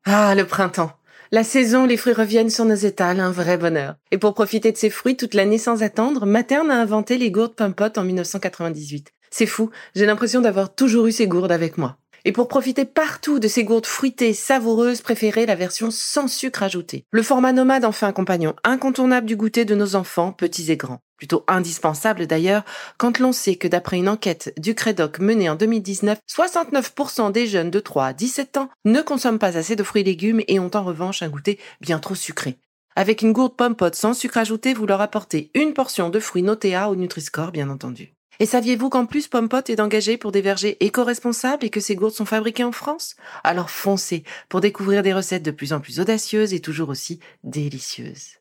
Ah, le printemps. La saison où les fruits reviennent sur nos étals, un vrai bonheur. Et pour profiter de ces fruits toute l'année sans attendre, Materne a inventé les gourdes Pump-Pot en 1998. C'est fou, j'ai l'impression d'avoir toujours eu ces gourdes avec moi. Et pour profiter partout de ces gourdes fruitées, savoureuses, préférez la version sans sucre ajouté. Le format nomade en fait un compagnon incontournable du goûter de nos enfants, petits et grands. Plutôt indispensable d'ailleurs, quand l'on sait que d'après une enquête du Crédoc menée en 2019, 69% des jeunes de 3 à 17 ans ne consomment pas assez de fruits et légumes et ont en revanche un goûter bien trop sucré. Avec une gourde Pump-Pot sans sucre ajouté, vous leur apportez une portion de fruits notés A au Nutri-Score, bien entendu. Et saviez-vous qu'en plus Pump-Pot est engagé pour des vergers éco-responsables et que ces gourdes sont fabriquées en France? Alors foncez pour découvrir des recettes de plus en plus audacieuses et toujours aussi délicieuses.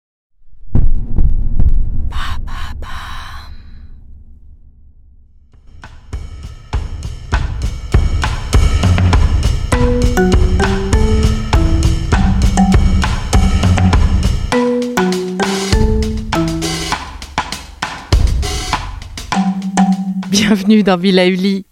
Bienvenue dans Villa Uli.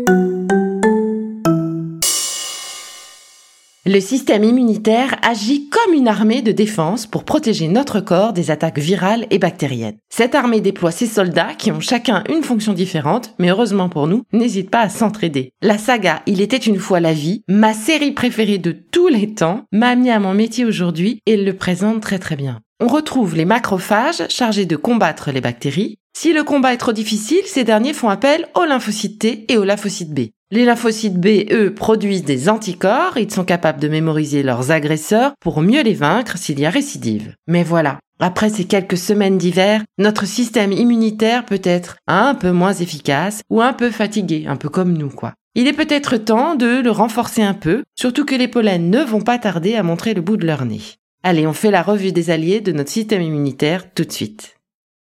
Le système immunitaire agit comme une armée de défense pour protéger notre corps des attaques virales et bactériennes. Cette armée déploie ses soldats qui ont chacun une fonction différente, mais heureusement pour nous, n'hésite pas à s'entraider. La saga Il était une fois la vie, ma série préférée de tous les temps, m'a amené à mon métier aujourd'hui et le présente très très bien. On retrouve les macrophages chargés de combattre les bactéries. Si le combat est trop difficile, ces derniers font appel aux lymphocytes T et aux lymphocytes B. Les lymphocytes B, eux, produisent des anticorps, ils sont capables de mémoriser leurs agresseurs pour mieux les vaincre s'il y a récidive. Mais voilà, après ces quelques semaines d'hiver, notre système immunitaire peut être un peu moins efficace ou un peu fatigué, un peu comme nous quoi. Il est peut-être temps de le renforcer un peu, surtout que les pollens ne vont pas tarder à montrer le bout de leur nez. Allez, on fait la revue des alliés de notre système immunitaire tout de suite.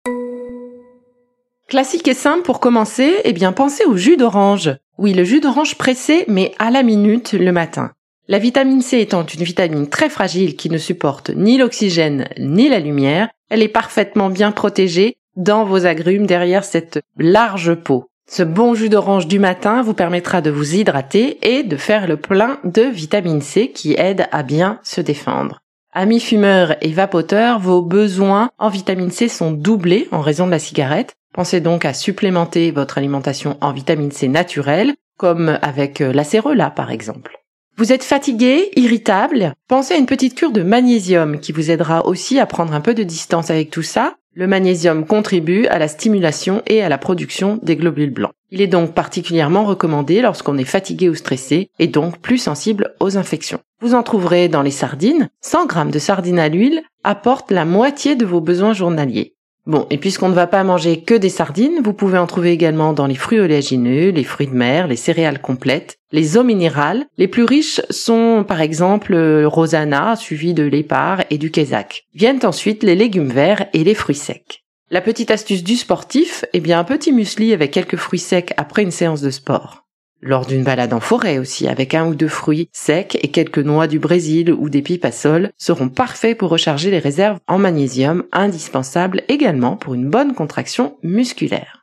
Classique et simple pour commencer, pensez au jus d'orange. Oui, le jus d'orange pressé, mais à la minute le matin. La vitamine C étant une vitamine très fragile qui ne supporte ni l'oxygène ni la lumière, elle est parfaitement bien protégée dans vos agrumes derrière cette large peau. Ce bon jus d'orange du matin vous permettra de vous hydrater et de faire le plein de vitamine C qui aide à bien se défendre. Amis fumeurs et vapoteurs, vos besoins en vitamine C sont doublés en raison de la cigarette. Pensez donc à supplémenter votre alimentation en vitamine C naturelle, comme avec l'acérola par exemple. Vous êtes fatigué, irritable? Pensez à une petite cure de magnésium qui vous aidera aussi à prendre un peu de distance avec tout ça. Le magnésium contribue à la stimulation et à la production des globules blancs. Il est donc particulièrement recommandé lorsqu'on est fatigué ou stressé et donc plus sensible aux infections. Vous en trouverez dans les sardines. 100 g de sardines à l'huile apportent la moitié de vos besoins journaliers. Bon, et puisqu'on ne va pas manger que des sardines, vous pouvez en trouver également dans les fruits oléagineux, les fruits de mer, les céréales complètes, les eaux minérales. Les plus riches sont par exemple le rosana, suivi de l'épar et du quesac. Viennent ensuite les légumes verts et les fruits secs. La petite astuce du sportif, un petit muesli avec quelques fruits secs après une séance de sport. Lors d'une balade en forêt aussi, avec 1 ou 2 fruits secs et quelques noix du Brésil ou des pipes à sol, seront parfaits pour recharger les réserves en magnésium, indispensables également pour une bonne contraction musculaire.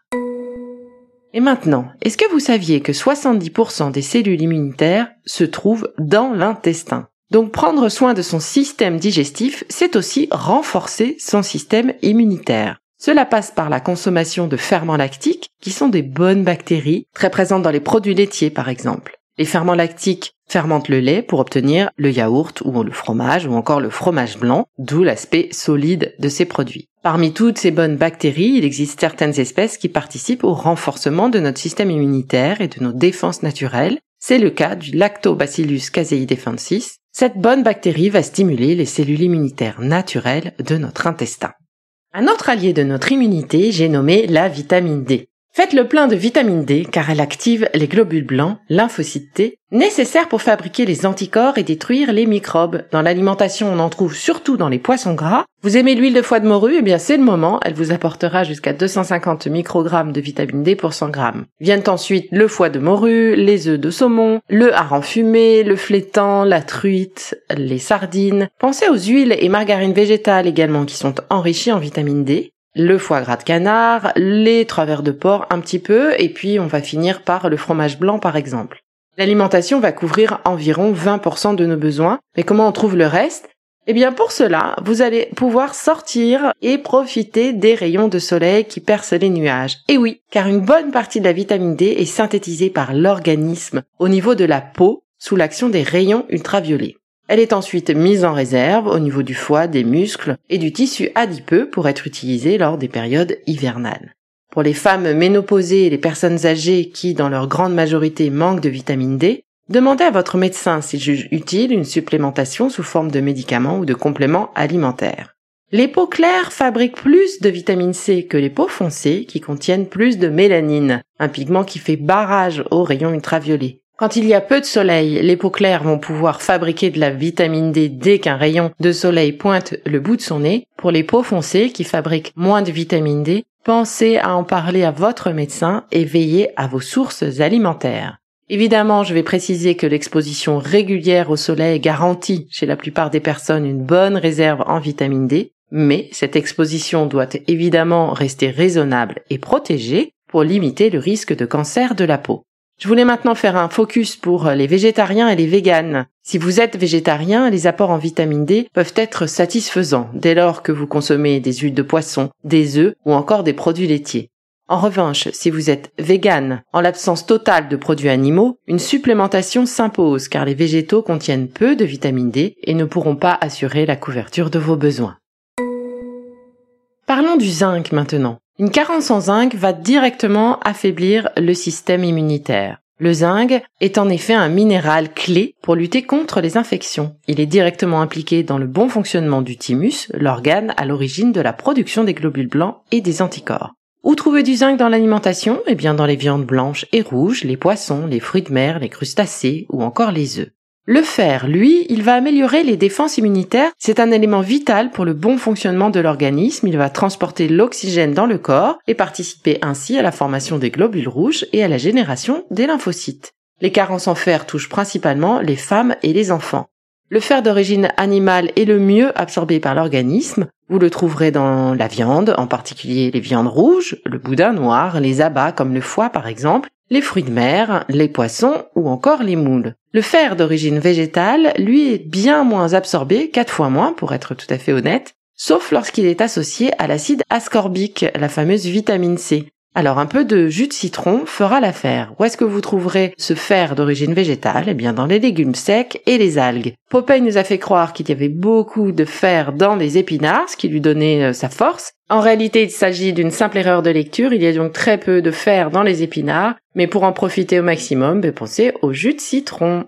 Et maintenant, est-ce que vous saviez que 70% des cellules immunitaires se trouvent dans l'intestin? Donc prendre soin de son système digestif, c'est aussi renforcer son système immunitaire. Cela passe par la consommation de ferments lactiques, qui sont des bonnes bactéries, très présentes dans les produits laitiers par exemple. Les ferments lactiques fermentent le lait pour obtenir le yaourt ou le fromage ou encore le fromage blanc, d'où l'aspect solide de ces produits. Parmi toutes ces bonnes bactéries, il existe certaines espèces qui participent au renforcement de notre système immunitaire et de nos défenses naturelles. C'est le cas du Lactobacillus casei defensis. Cette bonne bactérie va stimuler les cellules immunitaires naturelles de notre intestin. Un autre allié de notre immunité, j'ai nommé la vitamine D. Faites le plein de vitamine D car elle active les globules blancs, lymphocytes T, nécessaires pour fabriquer les anticorps et détruire les microbes. Dans l'alimentation, on en trouve surtout dans les poissons gras. Vous aimez l'huile de foie de morue? C'est le moment, elle vous apportera jusqu'à 250 microgrammes de vitamine D pour 100 grammes. Viennent ensuite le foie de morue, les œufs de saumon, le hareng fumé, le flétan, la truite, les sardines. Pensez aux huiles et margarines végétales également qui sont enrichies en vitamine D. Le foie gras de canard, les travers de porc un petit peu, et puis on va finir par le fromage blanc par exemple. L'alimentation va couvrir environ 20% de nos besoins, mais comment on trouve le reste ? Eh bien pour cela, vous allez pouvoir sortir et profiter des rayons de soleil qui percent les nuages. Et oui, car une bonne partie de la vitamine D est synthétisée par l'organisme au niveau de la peau sous l'action des rayons ultraviolets. Elle est ensuite mise en réserve au niveau du foie, des muscles et du tissu adipeux pour être utilisée lors des périodes hivernales. Pour les femmes ménopausées et les personnes âgées qui, dans leur grande majorité, manquent de vitamine D, demandez à votre médecin s'il juge utile une supplémentation sous forme de médicaments ou de compléments alimentaires. Les peaux claires fabriquent plus de vitamine C que les peaux foncées qui contiennent plus de mélanine, un pigment qui fait barrage aux rayons ultraviolets. Quand il y a peu de soleil, les peaux claires vont pouvoir fabriquer de la vitamine D dès qu'un rayon de soleil pointe le bout de son nez. Pour les peaux foncées qui fabriquent moins de vitamine D, pensez à en parler à votre médecin et veillez à vos sources alimentaires. Évidemment, je vais préciser que l'exposition régulière au soleil garantit chez la plupart des personnes une bonne réserve en vitamine D, mais cette exposition doit évidemment rester raisonnable et protégée pour limiter le risque de cancer de la peau. Je voulais maintenant faire un focus pour les végétariens et les véganes. Si vous êtes végétarien, les apports en vitamine D peuvent être satisfaisants dès lors que vous consommez des huiles de poisson, des œufs ou encore des produits laitiers. En revanche, si vous êtes végane, en l'absence totale de produits animaux, une supplémentation s'impose car les végétaux contiennent peu de vitamine D et ne pourront pas assurer la couverture de vos besoins. Parlons du zinc maintenant. Une carence en zinc va directement affaiblir le système immunitaire. Le zinc est en effet un minéral clé pour lutter contre les infections. Il est directement impliqué dans le bon fonctionnement du thymus, l'organe à l'origine de la production des globules blancs et des anticorps. Où trouver du zinc dans l'alimentation ? Eh bien dans les viandes blanches et rouges, les poissons, les fruits de mer, les crustacés ou encore les œufs. Le fer, lui, il va améliorer les défenses immunitaires. C'est un élément vital pour le bon fonctionnement de l'organisme. Il va transporter l'oxygène dans le corps et participer ainsi à la formation des globules rouges et à la génération des lymphocytes. Les carences en fer touchent principalement les femmes et les enfants. Le fer d'origine animale est le mieux absorbé par l'organisme. Vous le trouverez dans la viande, en particulier les viandes rouges, le boudin noir, les abats comme le foie par exemple, les fruits de mer, les poissons ou encore les moules. Le fer d'origine végétale, lui, est bien moins absorbé, 4 fois moins pour être tout à fait honnête, sauf lorsqu'il est associé à l'acide ascorbique, la fameuse vitamine C. Alors un peu de jus de citron fera l'affaire. Où est-ce que vous trouverez ce fer d'origine végétale ? Eh bien dans les légumes secs et les algues. Popeye nous a fait croire qu'il y avait beaucoup de fer dans les épinards, ce qui lui donnait sa force. En réalité, il s'agit d'une simple erreur de lecture. Il y a donc très peu de fer dans les épinards, mais pour en profiter au maximum, pensez au jus de citron.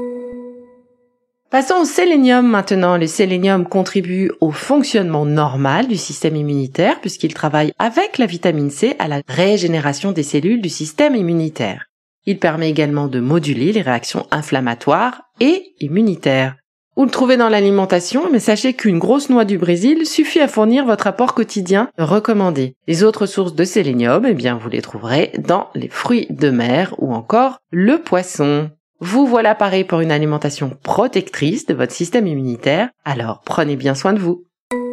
Passons au sélénium maintenant. Le sélénium contribue au fonctionnement normal du système immunitaire puisqu'il travaille avec la vitamine C à la régénération des cellules du système immunitaire. Il permet également de moduler les réactions inflammatoires et immunitaires. Où le trouver dans l'alimentation ? Mais sachez qu'une grosse noix du Brésil suffit à fournir votre apport quotidien recommandé. Les autres sources de sélénium, vous les trouverez dans les fruits de mer ou encore le poisson. Vous voilà paré pour une alimentation protectrice de votre système immunitaire, alors prenez bien soin de vous.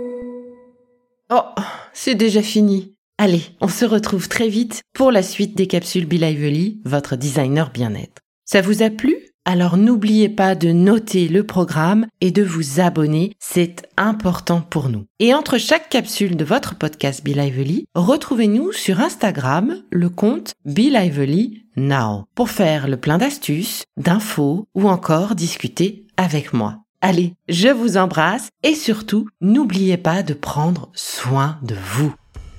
Oh, c'est déjà fini. Allez, on se retrouve très vite pour la suite des capsules Be Lively, votre designer bien-être. Ça vous a plu ? Alors n'oubliez pas de noter le programme et de vous abonner, c'est important pour nous. Et entre chaque capsule de votre podcast Be Lively, retrouvez-nous sur Instagram, le compte Be Lively Now, pour faire le plein d'astuces, d'infos ou encore discuter avec moi. Allez, je vous embrasse et surtout, n'oubliez pas de prendre soin de vous.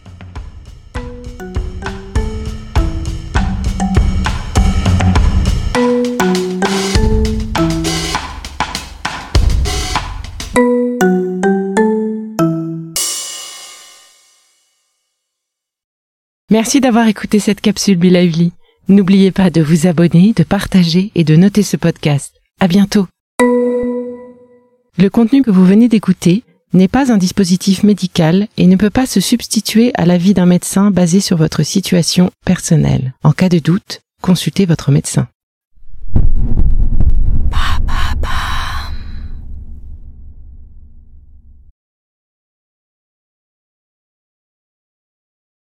Merci d'avoir écouté cette capsule Be Lively. N'oubliez pas de vous abonner, de partager et de noter ce podcast. À bientôt. Le contenu que vous venez d'écouter n'est pas un dispositif médical et ne peut pas se substituer à l'avis d'un médecin basé sur votre situation personnelle. En cas de doute, consultez votre médecin.